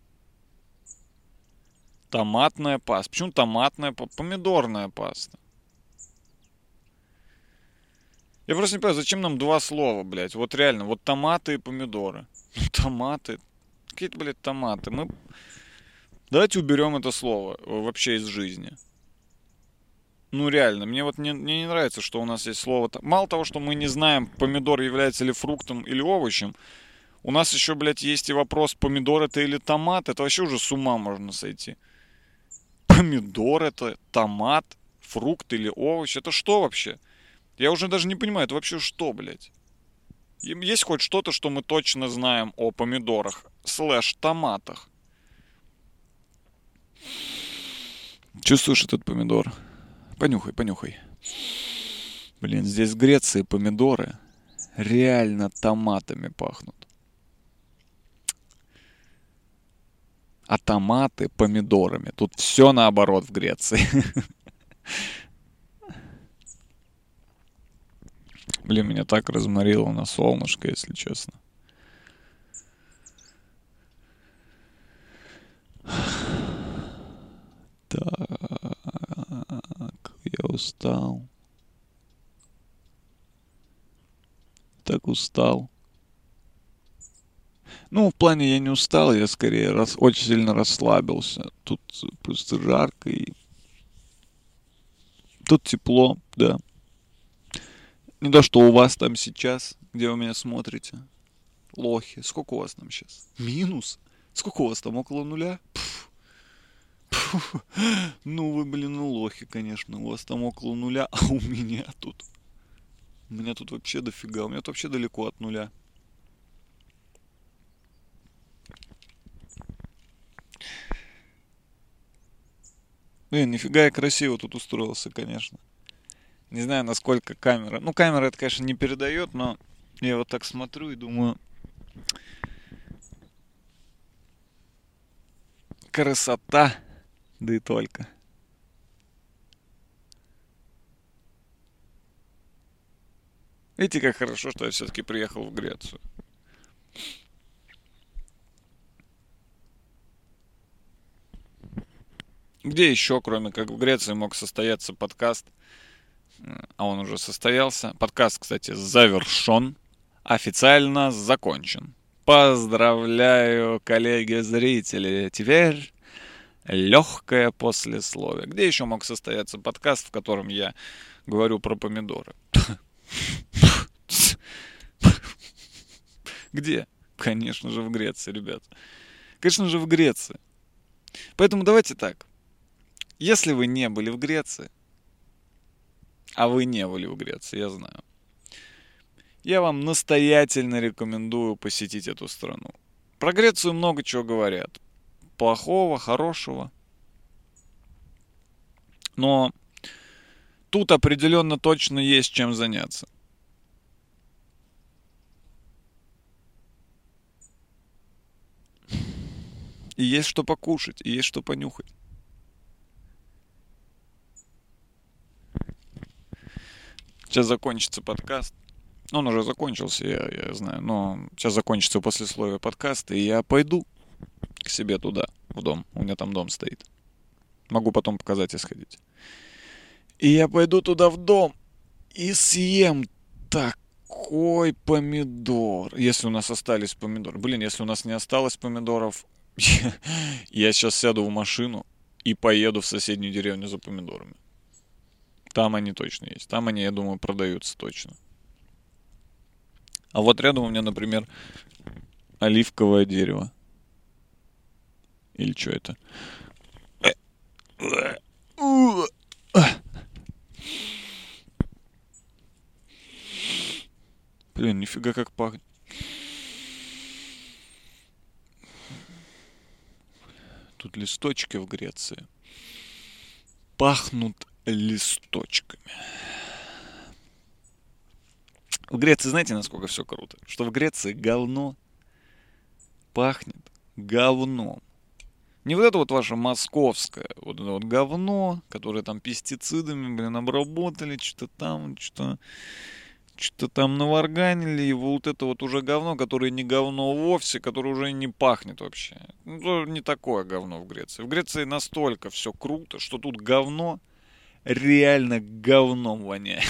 Томатная паста. Почему томатная паста? Помидорная паста. Я просто не понимаю, зачем нам два слова, блядь? Вот реально, вот томаты и помидоры. Ну, томаты. Какие-то, блядь, томаты. Мы... Давайте уберем это слово вообще из жизни. Ну, реально, мне вот не, мне не нравится, что у нас есть слово... Мало того, что мы не знаем, помидор является ли фруктом или овощем, у нас еще, блядь, есть и вопрос, помидор это или томат. Это вообще уже с ума можно сойти. Помидор это, томат, фрукт или овощ. Это что вообще? Я уже даже не понимаю, это вообще что, блядь? Есть хоть что-то, что мы точно знаем о помидорах, слэш томатах? Чувствуешь этот помидор? Понюхай, понюхай. Блин, здесь в Греции помидоры реально томатами пахнут. А томаты помидорами. Тут все наоборот в Греции. Блин, меня так разморило на солнышко, если честно. Так, я устал. Так устал. Ну, в плане я не устал, я скорее рас... очень сильно расслабился. Тут просто жарко и... Тут тепло, да. Не то, что у вас там сейчас, где вы меня смотрите. Лохи. Сколько у вас там сейчас? Минус? Сколько у вас там? Около нуля? Пф. Пф. Ну вы, блин, ну лохи, конечно. У вас там около нуля, а у меня тут... У меня тут вообще дофига. У меня тут вообще далеко от нуля. Блин, нифига я красиво тут устроился, конечно. Не знаю, насколько камера... Ну, камера это, конечно, не передает, но я вот так смотрю и думаю... Красота, да и только. Видите, как хорошо, что я все-таки приехал в Грецию. Где еще, кроме как в Греции, мог состояться подкаст? А он уже состоялся. Подкаст, кстати, завершен. Официально закончен. Поздравляю, коллеги-зрители. Теперь легкое послесловие. Где еще мог состояться подкаст, в котором я говорю про помидоры? Где? Конечно же, в Греции, ребят. Конечно же, в Греции. Поэтому давайте так. Если вы не были в Греции, а вы не были в Греции, я знаю, я вам настоятельно рекомендую посетить эту страну. Про Грецию много чего говорят. Плохого, хорошего. Но тут определенно точно есть чем заняться. И есть что покушать, и есть что понюхать. Сейчас закончится подкаст. Он уже закончился, я, я знаю. Но сейчас закончится послесловие подкаста, и я пойду к себе туда, в дом. У меня там дом стоит. Могу потом показать и сходить. И я пойду туда в дом и съем такой помидор. Если у нас остались помидоры. Блин, если у нас не осталось помидоров, я сейчас сяду в машину и поеду в соседнюю деревню за помидорами. Там они точно есть. Там они, я думаю, продаются точно. А вот рядом у меня, например, оливковое дерево. Или что это? Блин, нифига как пахнет. Тут листочки в Греции. Пахнут листочками. В Греции, знаете, насколько все круто? Что в Греции говно пахнет говном. Не вот это вот ваше московское, вот это вот говно, которое там пестицидами, блин, обработали, что-то там, что-то, что-то там наварганили, и вот это вот уже говно, которое не говно вовсе, которое уже не пахнет вообще. Ну, то не такое говно в Греции. В Греции настолько все круто, что тут говно реально говном воняет.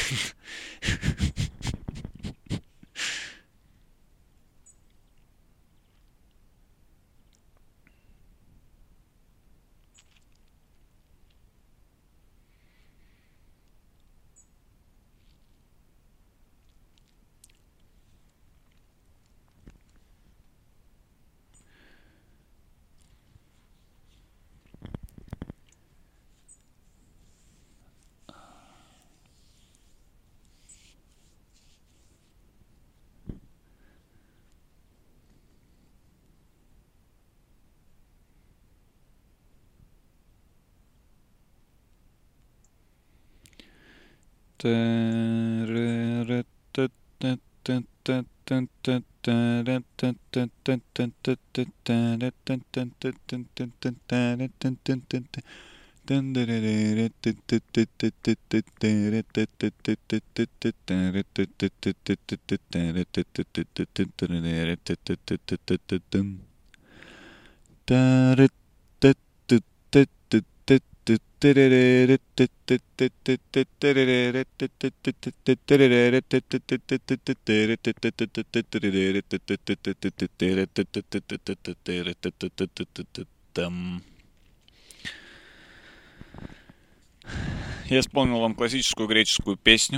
Я исполнил вам классическую греческую песню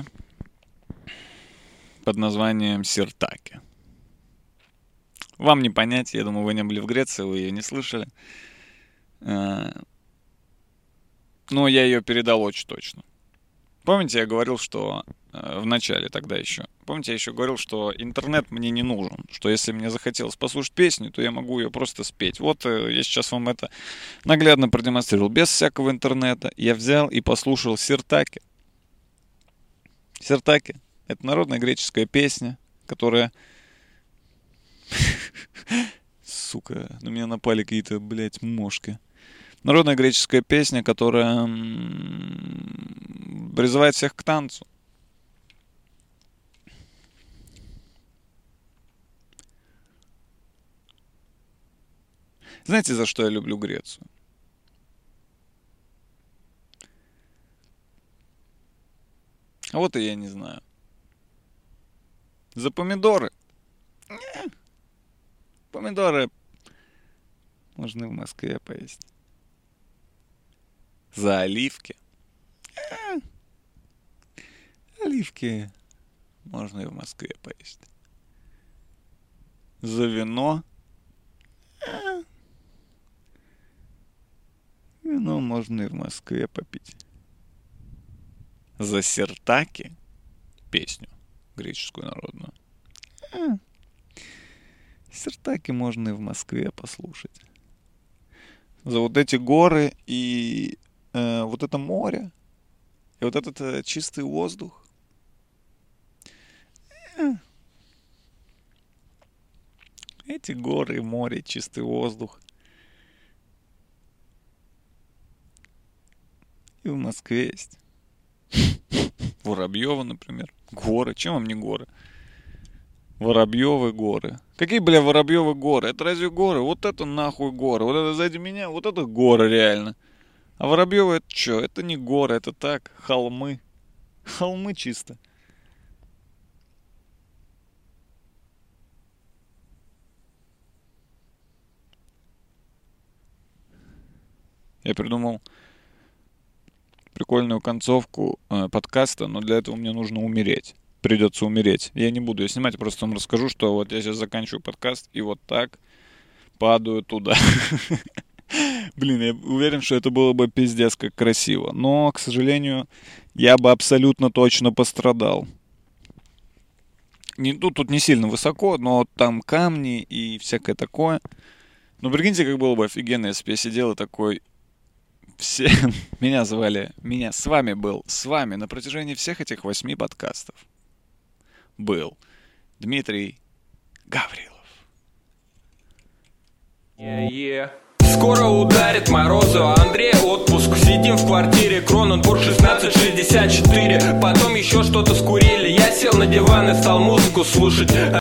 под названием «Сиртаки». Вам не понять, я думаю, вы не были в Греции, вы ее не слышали. Но я ее передал очень точно. Помните, я говорил, что э, в начале тогда еще, помните, я еще говорил, что интернет мне не нужен, что если мне захотелось послушать песню, то я могу ее просто спеть. Вот э, я сейчас вам это наглядно продемонстрировал. Без всякого интернета я взял и послушал Сиртаки. Сиртаки — это народная греческая песня, которая... Сука, на меня напали какие-то, блядь, мошки. Народная греческая песня, которая призывает всех к танцу. Знаете, за что я люблю Грецию? А вот и я не знаю. За помидоры. Помидоры можно в Москве поесть. За оливки. А, оливки можно и в Москве поесть. За вино. А, вино можно и в Москве попить. За сиртаки, песню греческую народную. А, сиртаки можно и в Москве послушать. За вот эти горы и э, вот это море, и вот этот э, чистый воздух. Э, эти горы, море, чистый воздух. И в Москве есть. Воробьёвы, например. Горы. Чем вам не горы? Воробьёвы горы. Какие, бля, Воробьёвы горы? Это разве горы? Вот это нахуй горы. Вот это сзади меня, вот это горы реально. А Воробьёвы это что? Это не горы, это так, холмы. Холмы чисто. Я придумал прикольную концовку э, подкаста, но для этого мне нужно умереть. Придется умереть. Я не буду ее снимать, я просто вам расскажу, что вот я сейчас заканчиваю подкаст и вот так падаю туда. Блин, я уверен, что это было бы пиздец как красиво. Но, к сожалению, я бы абсолютно точно пострадал. Не, ну, тут не сильно высоко, но там камни и всякое такое. Но прикиньте, как было бы офигенно, если бы я сидел и такой... Все меня звали, меня с вами был, с вами на протяжении всех этих восьми подкастов был Дмитрий Гаврилов. Yeah, yeah. Скоро ударит морозу, а Андрей отпуск. Сидим в квартире, Кроненбург шестнадцать шестьдесят четыре. Потом еще что-то скурили. Я сел на диван и стал музыку слушать.